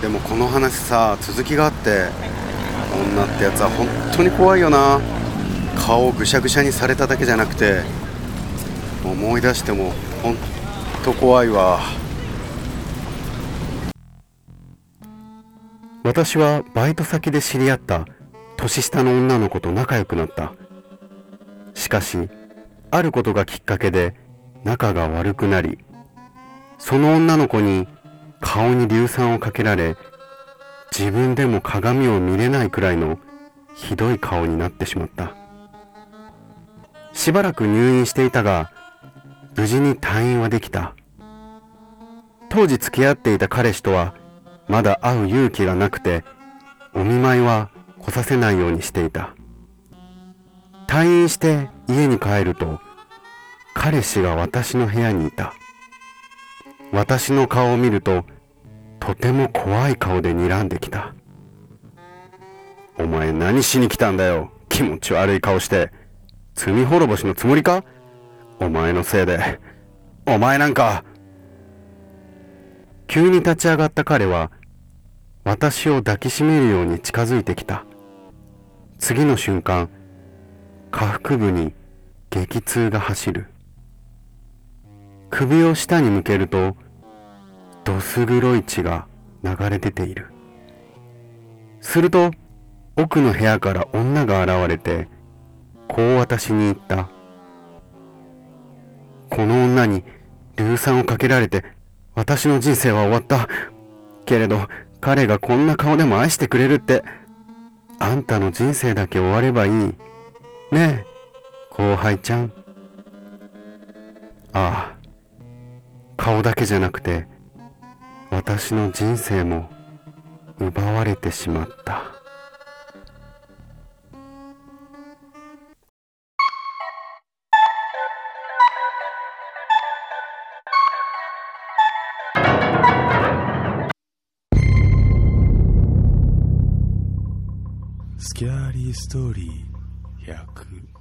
でもこの話さ、続きがあって、女ってやつは本当に怖いよな。顔をぐしゃぐしゃにされただけじゃなくて、思い出しても本当怖いわ。私はバイト先で知り合った年下の女の子と仲良くなった。しかし、あることがきっかけで仲が悪くなり、その女の子に顔に硫酸をかけられ、自分でも鏡を見れないくらいのひどい顔になってしまった。しばらく入院していたが、無事に退院はできた。当時付き合っていた彼氏とはまだ会う勇気がなくて、お見舞いは来させないようにしていた。退院して家に帰ると、彼氏が私の部屋にいた。私の顔を見ると、とても怖い顔で睨んできた。お前何しに来たんだよ。気持ち悪い顔して。罪滅ぼしのつもりか？お前のせいで。お前なんか。急に立ち上がった彼は、私を抱きしめるように近づいてきた。次の瞬間、下腹部に激痛が走る。首を下に向けると、どす黒い血が流れ出ている。すると、奥の部屋から女が現れて、こう私に言った。この女に硫酸をかけられて、私の人生は終わった。けれど、彼がこんな顔でも愛してくれるって、あんたの人生だけ終わればいい。ねえ、後輩ちゃん。ああ、顔だけじゃなくて、私の人生も奪われてしまった。 スキャーリーストーリー100